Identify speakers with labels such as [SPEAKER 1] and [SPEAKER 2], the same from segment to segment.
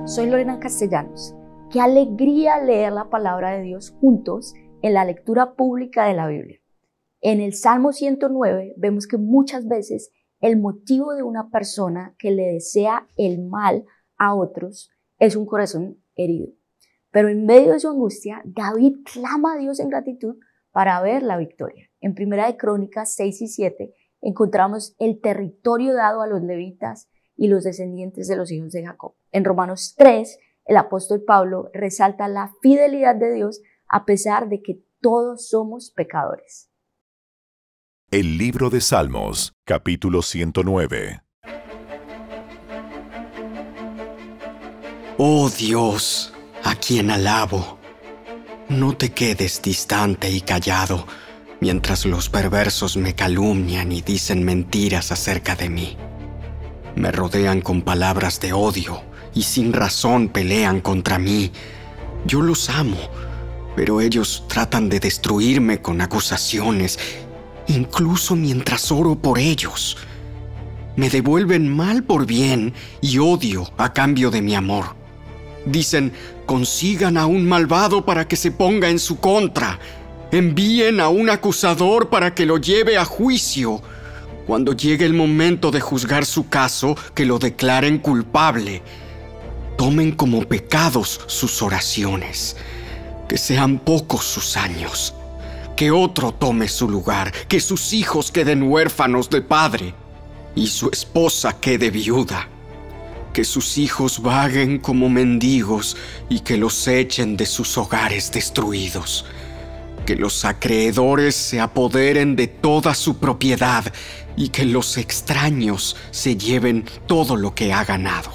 [SPEAKER 1] soy Lorena Castellanos. Qué alegría leer la palabra de Dios juntos en la lectura pública de la Biblia. En el Salmo 109 vemos que muchas veces el motivo de una persona que le desea el mal a otros es un corazón herido. Pero en medio de su angustia, David clama a Dios en gratitud para ver la victoria. En Primera de Crónicas 6 y 7 encontramos el territorio dado a los levitas y los descendientes de los hijos de Jacob. En Romanos 3, el apóstol Pablo resalta la fidelidad de Dios a pesar de que todos somos pecadores.
[SPEAKER 2] El libro de Salmos, capítulo 109.
[SPEAKER 3] Oh Dios, a quien alabo, no te quedes distante y callado mientras los perversos me calumnian y dicen mentiras acerca de mí. Me rodean con palabras de odio y sin razón pelean contra mí. Yo los amo, pero ellos tratan de destruirme con acusaciones, incluso mientras oro por ellos. Me devuelven mal por bien y odio a cambio de mi amor. Dicen, consigan a un malvado para que se ponga en su contra. Envíen a un acusador para que lo lleve a juicio. Cuando llegue el momento de juzgar su caso, que lo declaren culpable. Tomen como pecados sus oraciones. Que sean pocos sus años. Que otro tome su lugar. Que sus hijos queden huérfanos de padre. Y su esposa quede viuda. Que sus hijos vaguen como mendigos y que los echen de sus hogares destruidos. Que los acreedores se apoderen de toda su propiedad y que los extraños se lleven todo lo que ha ganado.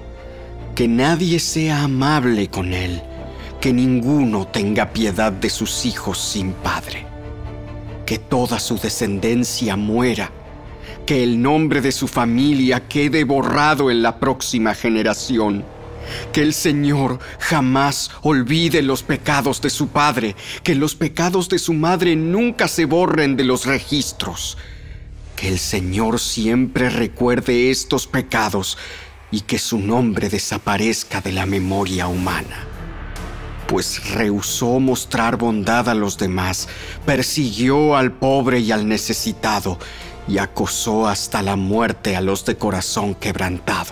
[SPEAKER 3] Que nadie sea amable con él, que ninguno tenga piedad de sus hijos sin padre. Que toda su descendencia muera. Que el nombre de su familia quede borrado en la próxima generación. Que el Señor jamás olvide los pecados de su padre. Que los pecados de su madre nunca se borren de los registros. Que el Señor siempre recuerde estos pecados y que su nombre desaparezca de la memoria humana. Pues rehusó mostrar bondad a los demás, persiguió al pobre y al necesitado, y acosó hasta la muerte a los de corazón quebrantado.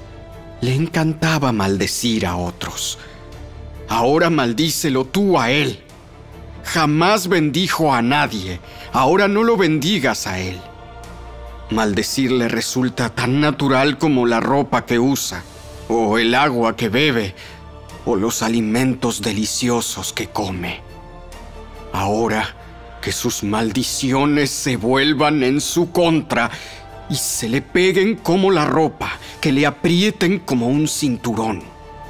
[SPEAKER 3] Le encantaba maldecir a otros. Ahora maldícelo tú a él. Jamás bendijo a nadie, ahora no lo bendigas a él. Maldecir le resulta tan natural como la ropa que usa, o el agua que bebe, o los alimentos deliciosos que come. Ahora, que sus maldiciones se vuelvan en su contra y se le peguen como la ropa, que le aprieten como un cinturón.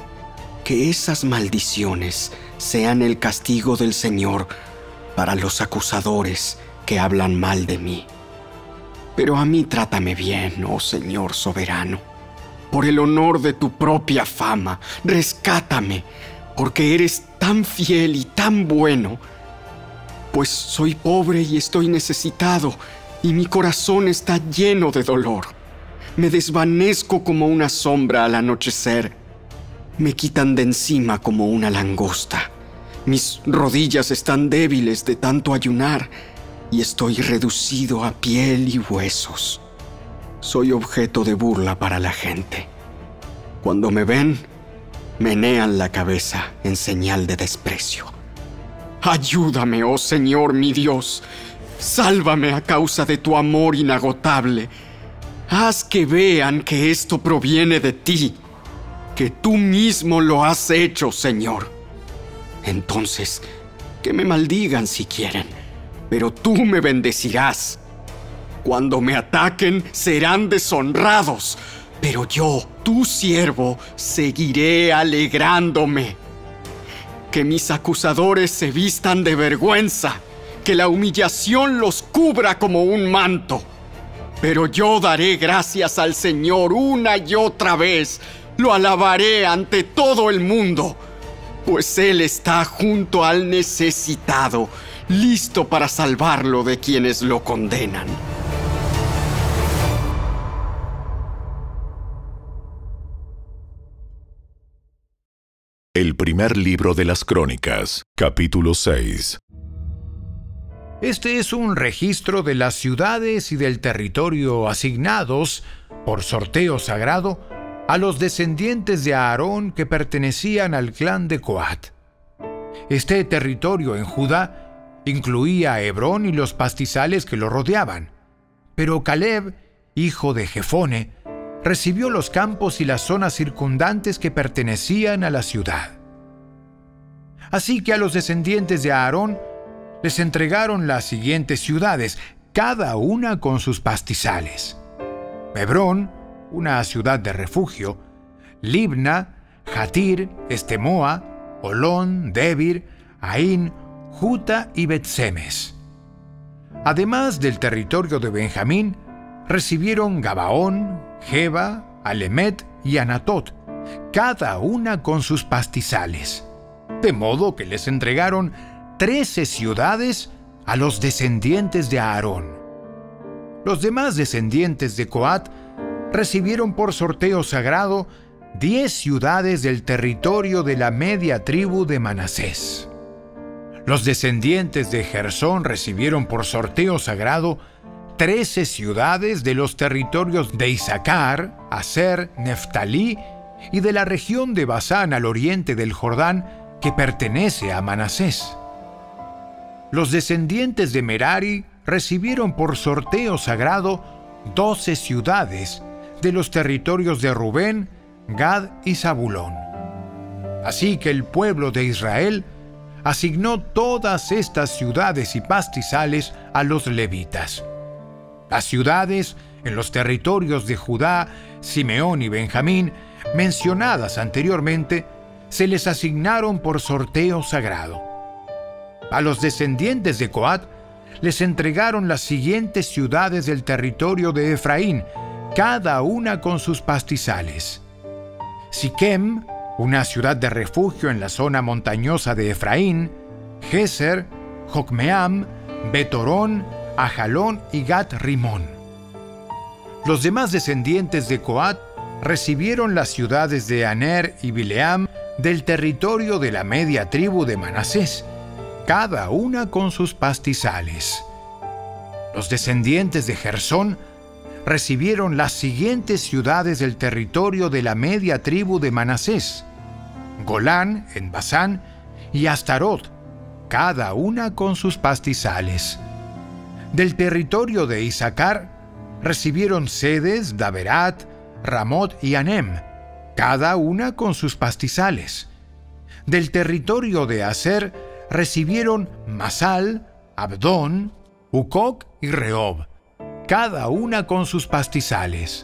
[SPEAKER 3] Que esas maldiciones sean el castigo del Señor para los acusadores que hablan mal de mí. Pero a mí trátame bien, oh Señor soberano. Por el honor de tu propia fama, rescátame, porque eres tan fiel y tan bueno. Pues soy pobre y estoy necesitado, y mi corazón está lleno de dolor. Me desvanezco como una sombra al anochecer. Me quitan de encima como una langosta. Mis rodillas están débiles de tanto ayunar, y estoy reducido a piel y huesos. Soy objeto de burla para la gente. Cuando me ven, menean la cabeza en señal de desprecio. Ayúdame, oh Señor mi Dios. Sálvame a causa de tu amor inagotable. Haz que vean que esto proviene de ti, que tú mismo lo has hecho, Señor. Entonces, que me maldigan si quieren, pero tú me bendecirás. Cuando me ataquen, serán deshonrados, pero yo, tu siervo, seguiré alegrándome. Que mis acusadores se vistan de vergüenza, que la humillación los cubra como un manto. Pero yo daré gracias al Señor una y otra vez, lo alabaré ante todo el mundo, pues Él está junto al necesitado, listo para salvarlo de quienes lo condenan.
[SPEAKER 2] El primer libro de las Crónicas, capítulo 6.
[SPEAKER 4] Este es un registro de las ciudades y del territorio asignados, por sorteo sagrado, a los descendientes de Aarón que pertenecían al clan de Coat. Este territorio en Judá incluía a Hebrón y los pastizales que lo rodeaban, pero Caleb, hijo de Jefone, recibió los campos y las zonas circundantes que pertenecían a la ciudad. Así que a los descendientes de Aarón les entregaron las siguientes ciudades, cada una con sus pastizales: Hebrón, una ciudad de refugio; Libna, Jatir, Estemoa, Olón, Debir, Aín, Juta y Bet-Semes. Además del territorio de Benjamín, recibieron Gabaón, Geba, Alemet y Anatot, cada una con sus pastizales, de modo que les entregaron 13 ciudades a los descendientes de Aarón. Los demás descendientes de Coat recibieron por sorteo sagrado 10 ciudades del territorio de la media tribu de Manasés. Los descendientes de Gersón recibieron por sorteo sagrado 13 ciudades de los territorios de Isaacar, Aser, Neftalí y de la región de Basán al oriente del Jordán, que pertenece a Manasés. Los descendientes de Merari recibieron por sorteo sagrado 12 ciudades de los territorios de Rubén, Gad y Zabulón. Así que el pueblo de Israel asignó todas estas ciudades y pastizales a los levitas. Las ciudades en los territorios de Judá, Simeón y Benjamín, mencionadas anteriormente, se les asignaron por sorteo sagrado. A los descendientes de Coat les entregaron las siguientes ciudades del territorio de Efraín, cada una con sus pastizales: Siquem, una ciudad de refugio en la zona montañosa de Efraín; Geser, Jocmeam, Betorón, Ajalón y Gat-Rimón. Los demás descendientes de Coat recibieron las ciudades de Aner y Bileam del territorio de la media tribu de Manasés, cada una con sus pastizales. Los descendientes de Gersón recibieron las siguientes ciudades del territorio de la media tribu de Manasés: Golán, en Basán, y Astarot, cada una con sus pastizales. Del territorio de Isaacar recibieron Sedes, Daberat, Ramot y Anem, cada una con sus pastizales. Del territorio de Aser recibieron Masal, Abdón, Ucoc y Rehob, cada una con sus pastizales.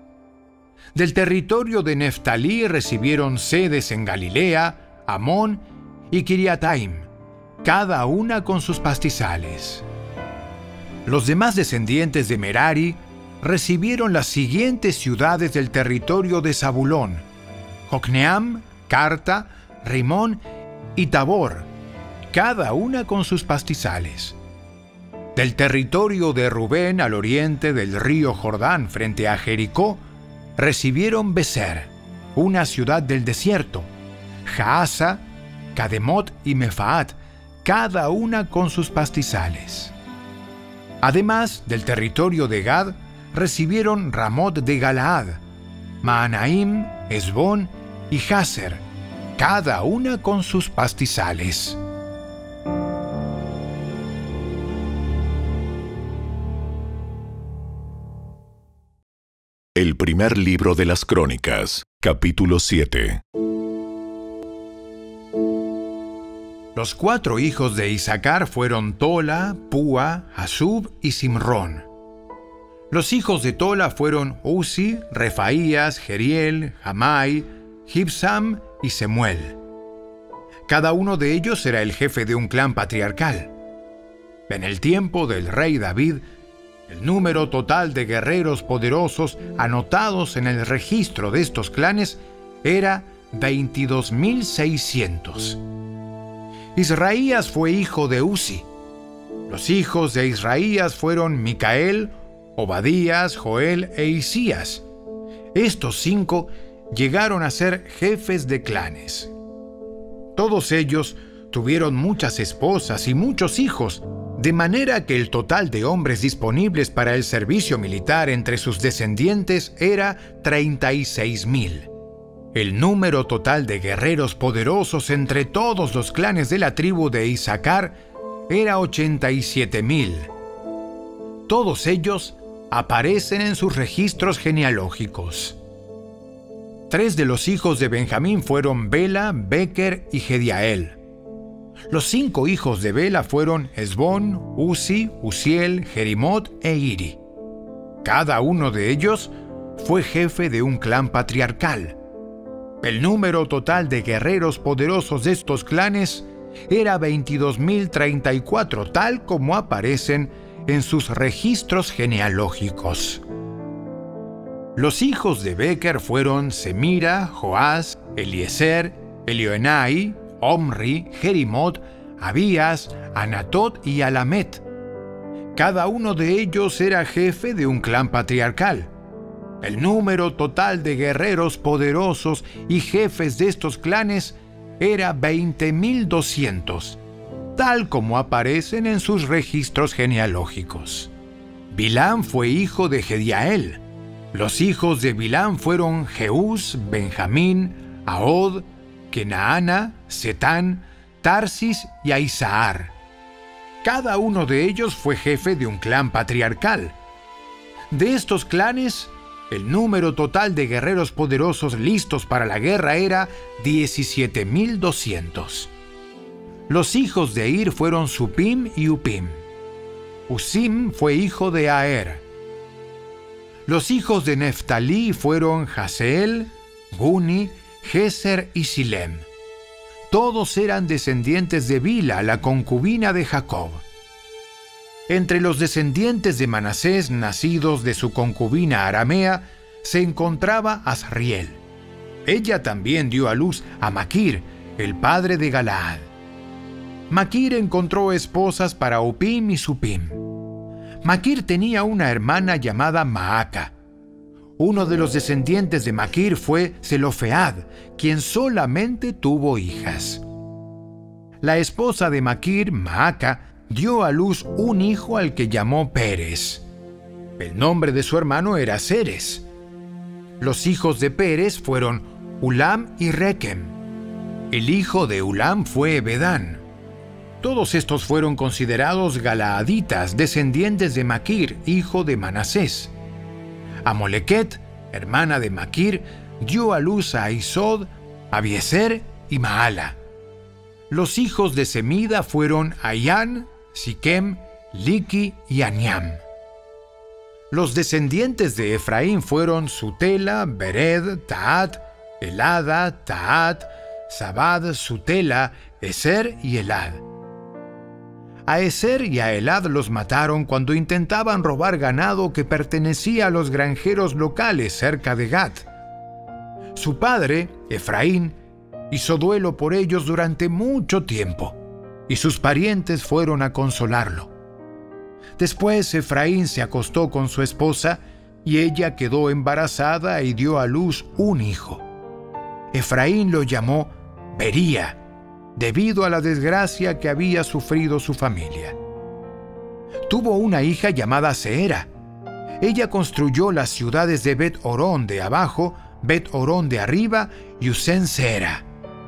[SPEAKER 4] Del territorio de Neftalí recibieron Sedes en Galilea, Amón y Kiriataim, cada una con sus pastizales. Los demás descendientes de Merari recibieron las siguientes ciudades del territorio de Zabulón: Jocneam, Carta, Rimón y Tabor, cada una con sus pastizales. Del territorio de Rubén al oriente del río Jordán frente a Jericó, recibieron Beser, una ciudad del desierto; Jaasa, Cademot y Mefaat, cada una con sus pastizales. Además, del territorio de Gad, recibieron Ramot de Galaad, Maanaim, Esbón y Jaser, cada una con sus pastizales.
[SPEAKER 2] El primer libro de las Crónicas, capítulo 7.
[SPEAKER 4] Los 4 hijos de Isaacar fueron Tola, Púa, Hasub y Simrón. Los hijos de Tola fueron Uzi, Refaías, Jeriel, Jamai, Gibsam y Semuel. Cada uno de ellos era el jefe de un clan patriarcal. En el tiempo del rey David, el número total de guerreros poderosos anotados en el registro de estos clanes era 22.600. Israías fue hijo de Uzi. Los hijos de Israías fueron Micael, Obadías, Joel e Isías. Estos 5 llegaron a ser jefes de clanes. Todos ellos tuvieron muchas esposas y muchos hijos, de manera que el total de hombres disponibles para el servicio militar entre sus descendientes era 36,000. El número total de guerreros poderosos entre todos los clanes de la tribu de Isaacar era 87,000. Todos ellos aparecen en sus registros genealógicos. 3 de los hijos de Benjamín fueron Bela, Beker y Gediael. Los 5 hijos de Bela fueron Esbón, Uzi, Uziel, Jerimot e Iri. Cada uno de ellos fue jefe de un clan patriarcal. El número total de guerreros poderosos de estos clanes era 22,034, tal como aparecen en sus registros genealógicos. Los hijos de Beker fueron Semira, Joás, Eliezer, Elioenai, Omri, Jerimot, Abías, Anatot y Alamet. Cada uno de ellos era jefe de un clan patriarcal. El número total de guerreros poderosos y jefes de estos clanes era 20,200, tal como aparecen en sus registros genealógicos. Bilham fue hijo de Gediael. Los hijos de Bilham fueron Jeús, Benjamín, Ahod, Kenaana, Setán, Tarsis y Aizahar. Cada uno de ellos fue jefe de un clan patriarcal. De estos clanes, el número total de guerreros poderosos listos para la guerra era 17,200. Los hijos de Ir fueron Supim y Upim. Usim fue hijo de Aer. Los hijos de Neftalí fueron Jaseel, Guni, Geser y Silem. Todos eran descendientes de Bila, la concubina de Jacob. Entre los descendientes de Manasés, nacidos de su concubina aramea, se encontraba Asriel. Ella también dio a luz a Maquir, el padre de Galaad. Maquir encontró esposas para Upim y Supim. Maquir tenía una hermana llamada Maaca. Uno de los descendientes de Maquir fue Zelofead, quien solamente tuvo hijas. La esposa de Maquir, Maaca, dio a luz un hijo al que llamó Pérez. El nombre de su hermano era Ceres. Los hijos de Pérez fueron Ulam y Rekem. El hijo de Ulam fue Ebedán. Todos estos fueron considerados galaaditas, descendientes de Maquir, hijo de Manasés. Amolequet, hermana de Maquir, dio a luz a Isod, Abiezer y Maala. Los hijos de Semida fueron Ayán, Siquem, Liki y Aniam. Los descendientes de Efraín fueron Sutela, Bered, Taat, Elada, Taat, Sabad, Sutela, Eser y Elad. A Eser y a Elad los mataron cuando intentaban robar ganado que pertenecía a los granjeros locales cerca de Gat. Su padre, Efraín, hizo duelo por ellos durante mucho tiempo, y sus parientes fueron a consolarlo. Después Efraín se acostó con su esposa, y ella quedó embarazada y dio a luz un hijo. Efraín lo llamó Bería, debido a la desgracia que había sufrido su familia. Tuvo una hija llamada Seera. Ella construyó las ciudades de Bet-Orón de abajo, Bet-Orón de arriba y Usen-Seera.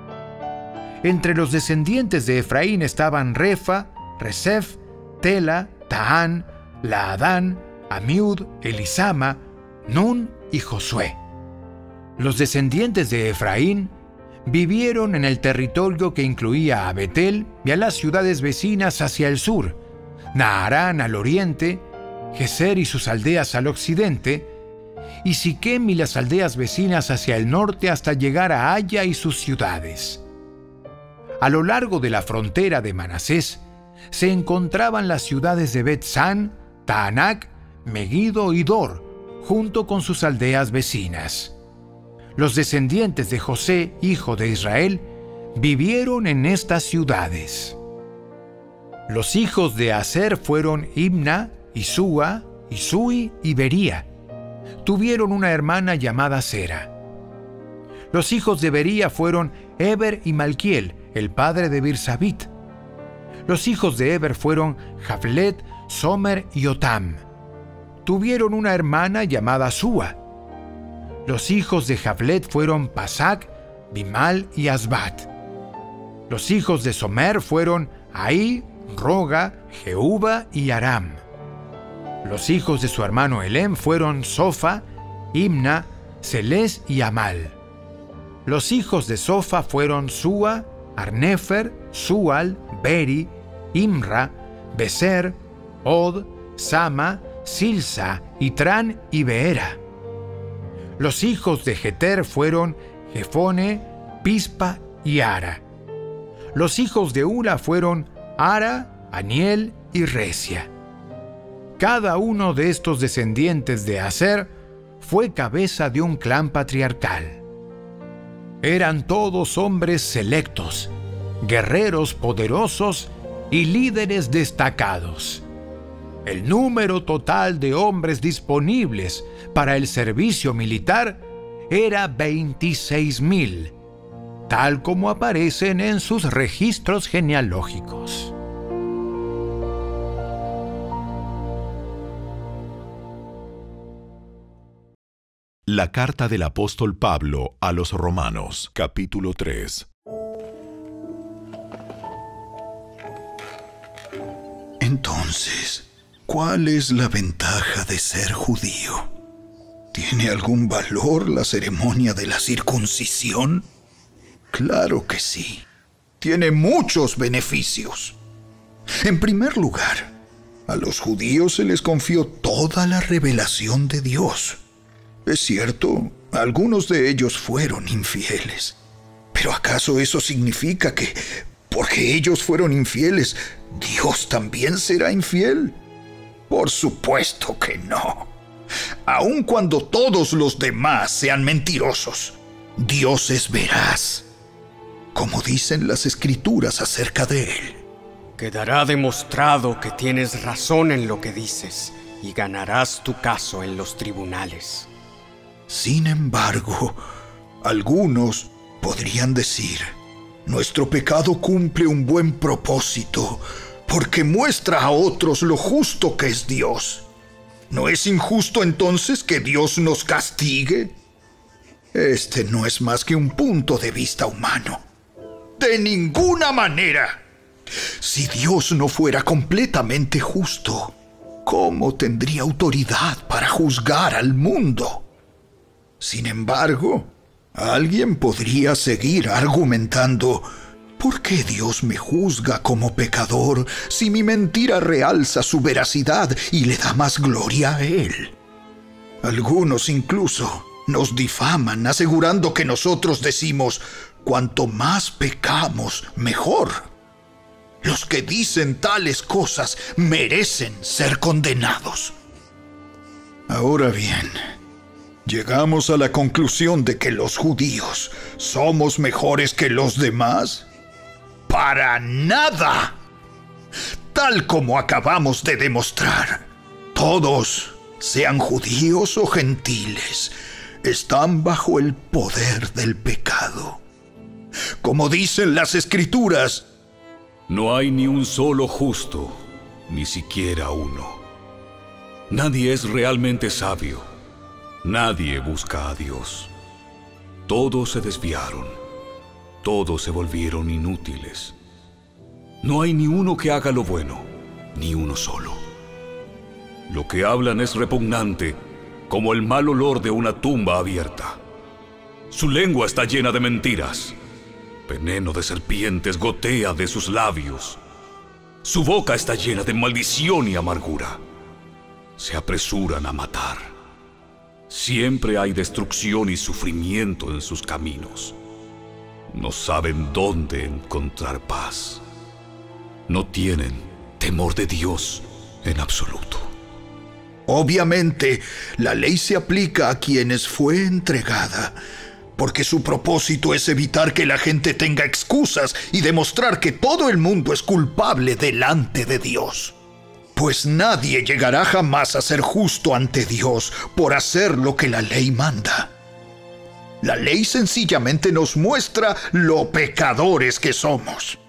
[SPEAKER 4] Entre los descendientes de Efraín estaban Refa, Resef, Tela, Tahán, Laadán, Amiud, Elisama, Nun y Josué. Los descendientes de Efraín vivieron en el territorio que incluía a Betel y a las ciudades vecinas hacia el sur, Naharán al oriente, Geser y sus aldeas al occidente, y Siquem y las aldeas vecinas hacia el norte hasta llegar a Aya y sus ciudades. A lo largo de la frontera de Manasés se encontraban las ciudades de Bet-San, Taanac, Megiddo y Dor, junto con sus aldeas vecinas. Los descendientes de José, hijo de Israel, vivieron en estas ciudades. Los hijos de Aser fueron Imna, Isúa, Isui y Bería. Tuvieron una hermana llamada Sera. Los hijos de Bería fueron Eber y Malquiel, el padre de Birsabit. Los hijos de Eber fueron Jaflet, Somer y Otam. Tuvieron una hermana llamada Súa. Los hijos de Jaflet fueron Pasac, Bimal y Asbat. Los hijos de Somer fueron Ahí, Roga, Jehuba y Aram. Los hijos de su hermano Elem fueron Sofa, Imna, Celés y Amal. Los hijos de Sofa fueron Súa, Arnefer, Sual, Beri, Imra, Beser, Od, Sama, Silsa, Itrán y Beera. Los hijos de Jeter fueron Jefone, Pispa y Ara. Los hijos de Ula fueron Ara, Aniel y Resia. Cada uno de estos descendientes de Aser fue cabeza de un clan patriarcal. Eran todos hombres selectos, guerreros poderosos y líderes destacados. El número total de hombres disponibles para el servicio militar era 26,000, tal como aparecen en sus registros genealógicos.
[SPEAKER 2] La carta del apóstol Pablo a los Romanos, capítulo 3.
[SPEAKER 5] Entonces, ¿cuál es la ventaja de ser judío? ¿Tiene algún valor la ceremonia de la circuncisión? Claro que sí. Tiene muchos beneficios. En primer lugar, a los judíos se les confió toda la revelación de Dios. Es cierto, algunos de ellos fueron infieles. ¿Pero acaso eso significa que, porque ellos fueron infieles, Dios también será infiel? Por supuesto que no. Aun cuando todos los demás sean mentirosos, Dios es veraz, como dicen las Escrituras acerca de Él.
[SPEAKER 3] Quedará demostrado que tienes razón en lo que dices y ganarás tu caso en los tribunales.
[SPEAKER 5] Sin embargo, algunos podrían decir: nuestro pecado cumple un buen propósito porque muestra a otros lo justo que es Dios. ¿No es injusto entonces que Dios nos castigue? Este no es más que un punto de vista humano. ¡De ninguna manera! Si Dios no fuera completamente justo, ¿cómo tendría autoridad para juzgar al mundo? Sin embargo, alguien podría seguir argumentando: ¿por qué Dios me juzga como pecador si mi mentira realza su veracidad y le da más gloria a Él? Algunos incluso nos difaman asegurando que nosotros decimos: cuanto más pecamos, mejor. Los que dicen tales cosas merecen ser condenados. Ahora bien, ¿llegamos a la conclusión de que los judíos somos mejores que los demás? ¡Para nada! Tal como acabamos de demostrar, todos, sean judíos o gentiles, están bajo el poder del pecado. Como dicen las Escrituras:
[SPEAKER 6] no hay ni un solo justo, ni siquiera uno. Nadie es realmente sabio. Nadie busca a Dios. Todos se desviaron. Todos se volvieron inútiles. No hay ni uno que haga lo bueno, ni uno solo. Lo que hablan es repugnante, como el mal olor de una tumba abierta. Su lengua está llena de mentiras. Veneno de serpientes gotea de sus labios. Su boca está llena de maldición y amargura. Se apresuran a matar. Siempre hay destrucción y sufrimiento en sus caminos. No saben dónde encontrar paz. No tienen temor de Dios en absoluto.
[SPEAKER 5] Obviamente, la ley se aplica a quienes fue entregada, porque su propósito es evitar que la gente tenga excusas y demostrar que todo el mundo es culpable delante de Dios. Pues nadie llegará jamás a ser justo ante Dios por hacer lo que la ley manda. La ley sencillamente nos muestra lo pecadores que somos.